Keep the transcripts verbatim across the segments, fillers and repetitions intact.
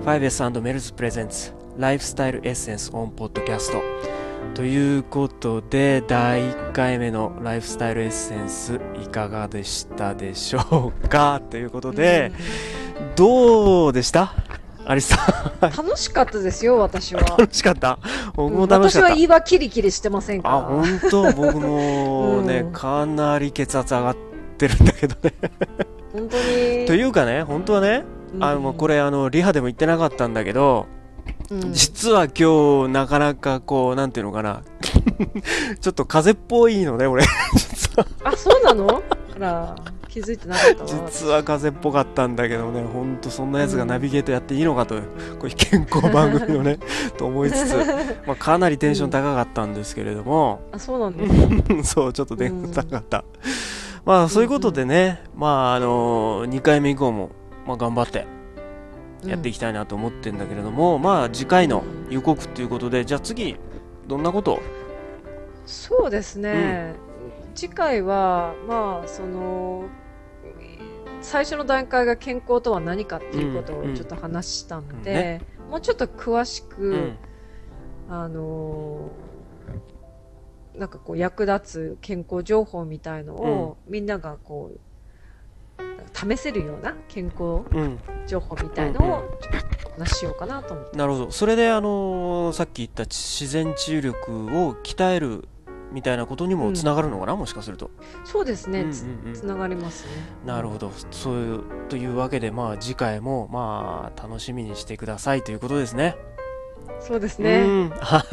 ファイブエス メルズプレゼンツライフスタイルエッセンスオンポッドキャストということで、だいいっかいめのライフスタイルエッセンスいかがでしたでしょうかということで、どうでしたアリスさん。 楽しかったですよ、私は。 楽しかった。僕も楽しかった。 私は胃はキリキリしてませんから。 あ、本当僕もね、うん、かなり血圧上がってるんだけどね。 本当に。 というかね、本当はね、うん、あのこれあのリハでも言ってなかったんだけど、うん、実は今日なかなかこうなんていうのかな、ちょっと風邪っぽいのね俺。実は。 あ、そうなの？ほら。気づいてなかったわ。 実は風邪っぽかったんだけどね、ほんとそんなやつがナビゲートやっていいのかという、うん、こういう健康番組のねと思いつつ、まあ、かなりテンション高かったんですけれども、 うん、あ、そうなんですか。 そう、ちょっとテンション高かった、うん、まあそういうことでね、うんうん、まああのー、にかいめ以降も、まあ、頑張ってやっていきたいなと思ってるんだけれども、うん、まあ次回の予告ということで、じゃあ次どんなことを？ そうですね、うん、次回はまあその最初の段階が健康とは何かっていうことをちょっと話したので、うんうんね、もうちょっと詳しく、うん、あのー、なんかこう役立つ健康情報みたいのを、うん、みんながこう試せるような健康情報みたいのをちょっと話しようかなと思って、うん、 なるほど。それであのー、さっき言った自然治癒力を鍛えるみたいなことにもつながるのかな、うん、もしかすると。 そうですね、うんうんうん、つながりますね。 なるほど。そういうというわけで、まあ次回もまあ楽しみにしてくださいということですね。 そうですね、うん、 はい、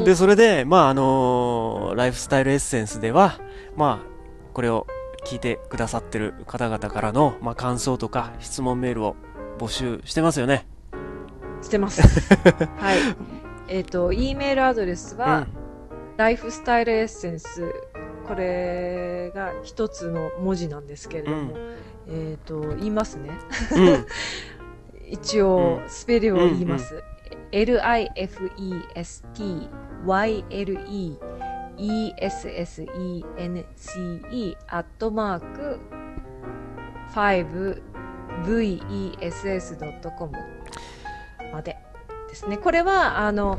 でそれでまああのー、ライフスタイルエッセンスではまあこれを聞いてくださってる方々からの、まあ、感想とか質問メールを募集してますよね。 してますはい。えっ、ー、と E メールアドレスは、うんライフスタイルエッセンス、これが一つの文字なんですけれども、うん、えっ、ー、と言いますね、うん、一応スペルを言います、うんうん、エル アイ エフ イー エス ティー ワイ エル イー イー エス エス イー エヌ シー イー アットマーク ファイブ ブイ イー エスエス ドット コム までですね。これはあの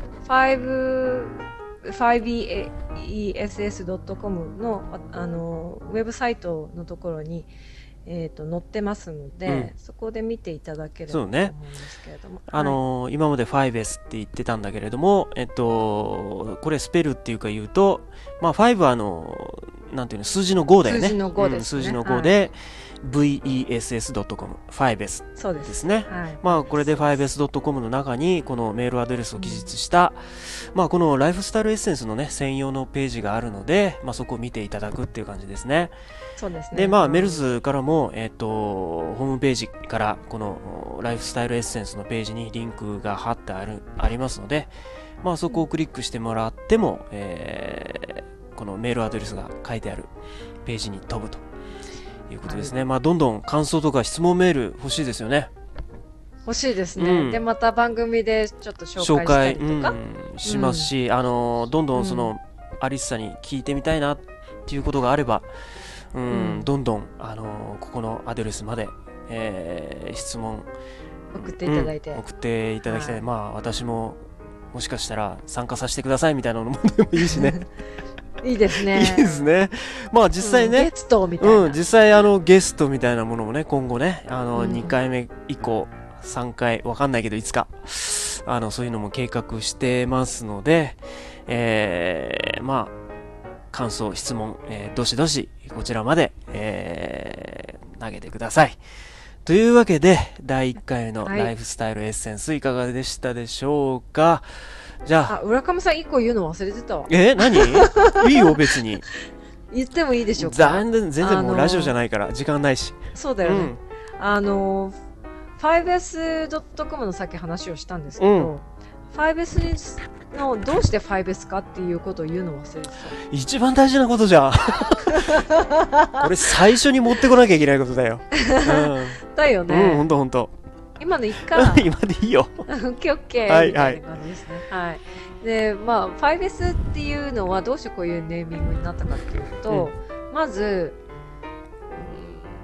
5ファイブ イー エスエス ドット コム の, あのウェブサイトのところに、えー、と載ってますので、うん、そこで見ていただければと思うんですけれども、ねあのーはい、今まで ファイブエス って言ってたんだけれども、えっと、これスペルっていうか言うと、まあ、ファイブはあのなんていうの数字のごだよね。 数字のごですね、うん、 数字のごで、はいブイイーエスエスドット コム、ファイブエス ですね。 はい、 まあこれで ファイブエスドット コム の中にこのメールアドレスを記述した、うん、まあこのライフスタイルエッセンスのね専用のページがあるので、まあそこを見ていただくっていう感じですね。 そうですね。 でまあメルズからもえっとホームページからこのライフスタイルエッセンスのページにリンクが貼ってあるありますので、まあそこをクリックしてもらっても、えー、このメールアドレスが書いてあるページに飛ぶと。いうことですね。はい、まあどんどん感想とか質問メール欲しいですよね。 欲しいですね。うん、でまた番組でちょっと紹介したりとか、 うん、しますし、うん、あのどんどんその、うん、アリスさんに聞いてみたいなっていうことがあれば、うん、うん、どんどんあのここのアドレスまで、えー、質問送っていただいて、 送っていただきたい。はい、まあ私ももしかしたら参加させてくださいみたいなのもでもいいしね。 いいですね。 いいですね。まあ実際ね、 うん、ゲストみたいな、 うん、実際あのゲストみたいなものもね、今後ね、あの、うん、にかいめ以降、さんかい、わかんないけどいつか、あの、そういうのも計画してますので、えー、まあ、感想、質問、えー、どしどし、こちらまで、えー、投げてください。というわけで、だいいっかいめのライフスタイルエッセンスいかがでしたでしょうか。じゃあ、 あ、浦上さん一個言うの忘れてたわ。 え、何？いいよ別に。 言ってもいいでしょうか。 全然全然もうラジオじゃないから時間ないし。 そうだよね。うん、あの ファイブエスドット コム のさっき話をしたんですけど、うん、ファイブエス のどうして ファイブエス かっていうことを言うの忘れてた。 一番大事なことじゃん。これ最初に持ってこなきゃいけないことだよ。 うん、だよね。 うん、ほんとほんと。 今のいっか。 今でいいよ。 オッケーオッケー。 はいはい。 みたいな感じですね。はい。で、まあ ファイブエス っていうのはどうしてこういうネーミングになったかっていうと、うん、まず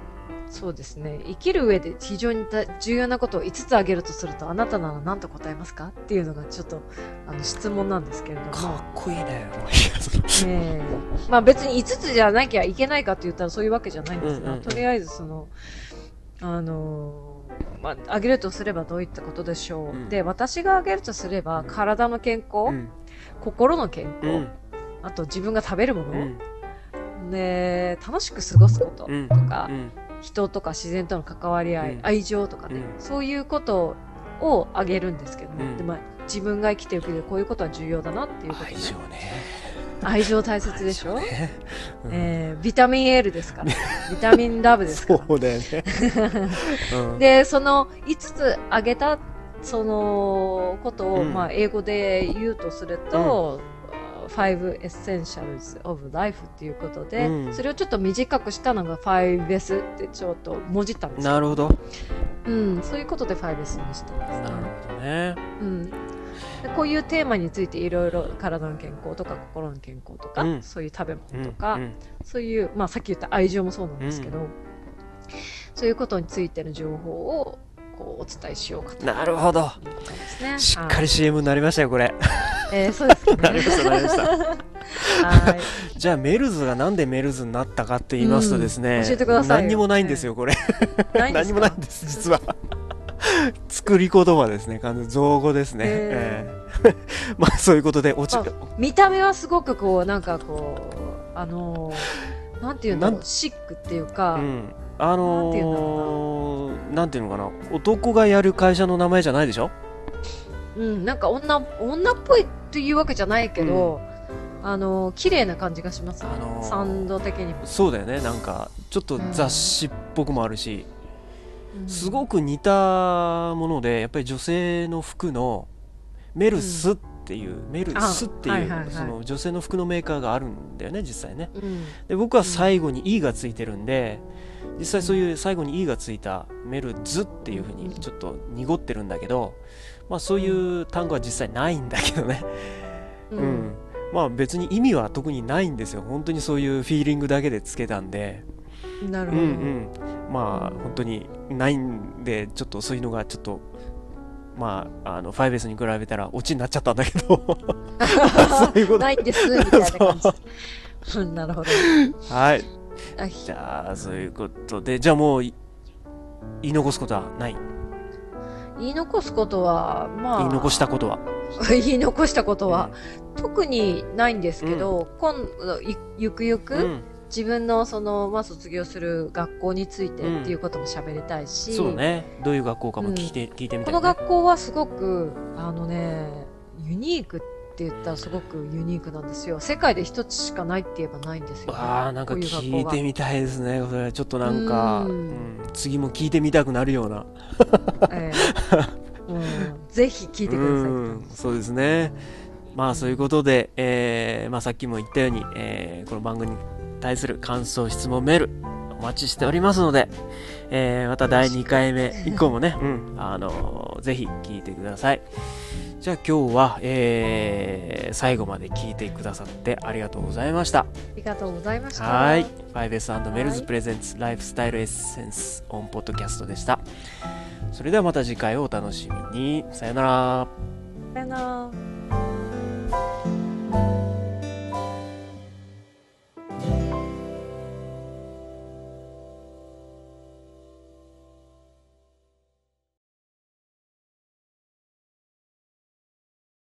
そうですね。生きる上で非常に重要なことをいつつ挙げるとすると、あなたなら何と答えますかっていうのがちょっとあの質問なんですけれども。 かっこいいね。ねえまあ別にいつつじゃなきゃいけないかって言ったらそういうわけじゃないんですが、うんうんうん、とりあえずその、あのー、まあ、挙げるとすればどういったことでしょう。うん、で、私が挙げるとすれば、体の健康、うん、心の健康、うん、あと自分が食べるもの、うん、で、楽しく過ごすこととか、うんうん人とか自然との関わり合い、うん、愛情とかね、うん、そういうことをあげるんですけども、うん、でまあ、自分が生きていく上でこういうことは重要だなっていうことね。 愛情ね。 愛情大切でしょ、ねうんえー、ビタミン L ですから。ビタミンラブですから。 そうだよね。 うん、で、そのいつつあげた、そのことを、うん、まあ、英語で言うとすると、うんFive Essentials of Life っていうことで、うん、それをちょっと短くしたのが ファイブエス ってちょっともじったんですよ。 なるほど。 うん、そういうことで ファイブエス にしたんですね。 なるほどね。 うん。でこういうテーマについていろいろ体の健康とか心の健康とか、うん、そういう食べ物とか、うん、そういう、まあさっき言った愛情もそうなんですけど、うん、そういうことについての情報をこうお伝えしようかと。 なるほど。 ね、 しっかり シーエム になりましたよ、これ。 えー、そうですね。 なりました、なりました。はい。じゃあ、メルズがなんでメルズになったかって言いますとですね、 うん、教えてくださいよ。 何にもないんですよ、これ。 何にもないんです、実は。作り言葉ですね、完全に造語ですね。えー、まあ、そういうことで、落ち、 見た目はすごくこう、なんかこう、あのー、なんていうんだろう、シックっていうか、 うんあのー、なんていうのかな、男がやる会社の名前じゃないでしょ。 うん、なんか女、女っぽいというわけじゃないけど、うん、あのー、綺麗な感じがします、ね、あのー、サウンド的にも。 そうだよね、なんか、ちょっと雑誌っぽくもあるし、うん、すごく似たもので、やっぱり女性の服のメルスっていう、うん、メルスっていう、はいはいはい、その女性の服のメーカーがあるんだよね、実際ね。うん、で僕は最後に E がついてるんで、実際そういう最後に E がついたメルズっていう風にちょっと濁ってるんだけど、まあそういう単語は実際ないんだけどね。うん、うん、まあ別に意味は特にないんですよ。本当にそういうフィーリングだけでつけたんで。 なるほど。うんうん、 まあ本当にないんで、ちょっとそういうのがちょっとまああのファイブエスに比べたらオチになっちゃったんだけど。 そういうことないんですみたいな感じ。なるほど。 はい。じゃあそういうことで、じゃあもう言い残すことはない。 言い残すことはまあ言い残したことは言い残したことは、うん、特にないんですけど、うん、今度ゆくゆく、うん、自分のその、まあ、卒業する学校についてっていうことも喋りたいし、 そうね、どういう学校かも聞いて、聞いてみたいね。 この学校はすごくあのねユニークって言ったらすごくユニークなんですよ。世界で一つしかないって言えばないんですよ、ね。 ああ、なんか聞いてみたいですね。それちょっとなんか、うんうん、次も聞いてみたくなるような。 えーうん、ぜひ聞いてください、うん。 そうですね。まあそういうことで、えーまあ、さっきも言ったように、えー、この番組に対する感想、質問、メールお待ちしておりますので、えー、まただいにかいめ以降もね、うん、あのー、ぜひ聞いてください。じゃあ今日は、えー、最後まで聞いてくださってありがとうございました。ありがとうございました。 はい。ファイブエス メルズプレゼンツライフスタイルエッセンスオンポッドキャストでした。それではまた次回をお楽しみに。さよなら。 さよなら。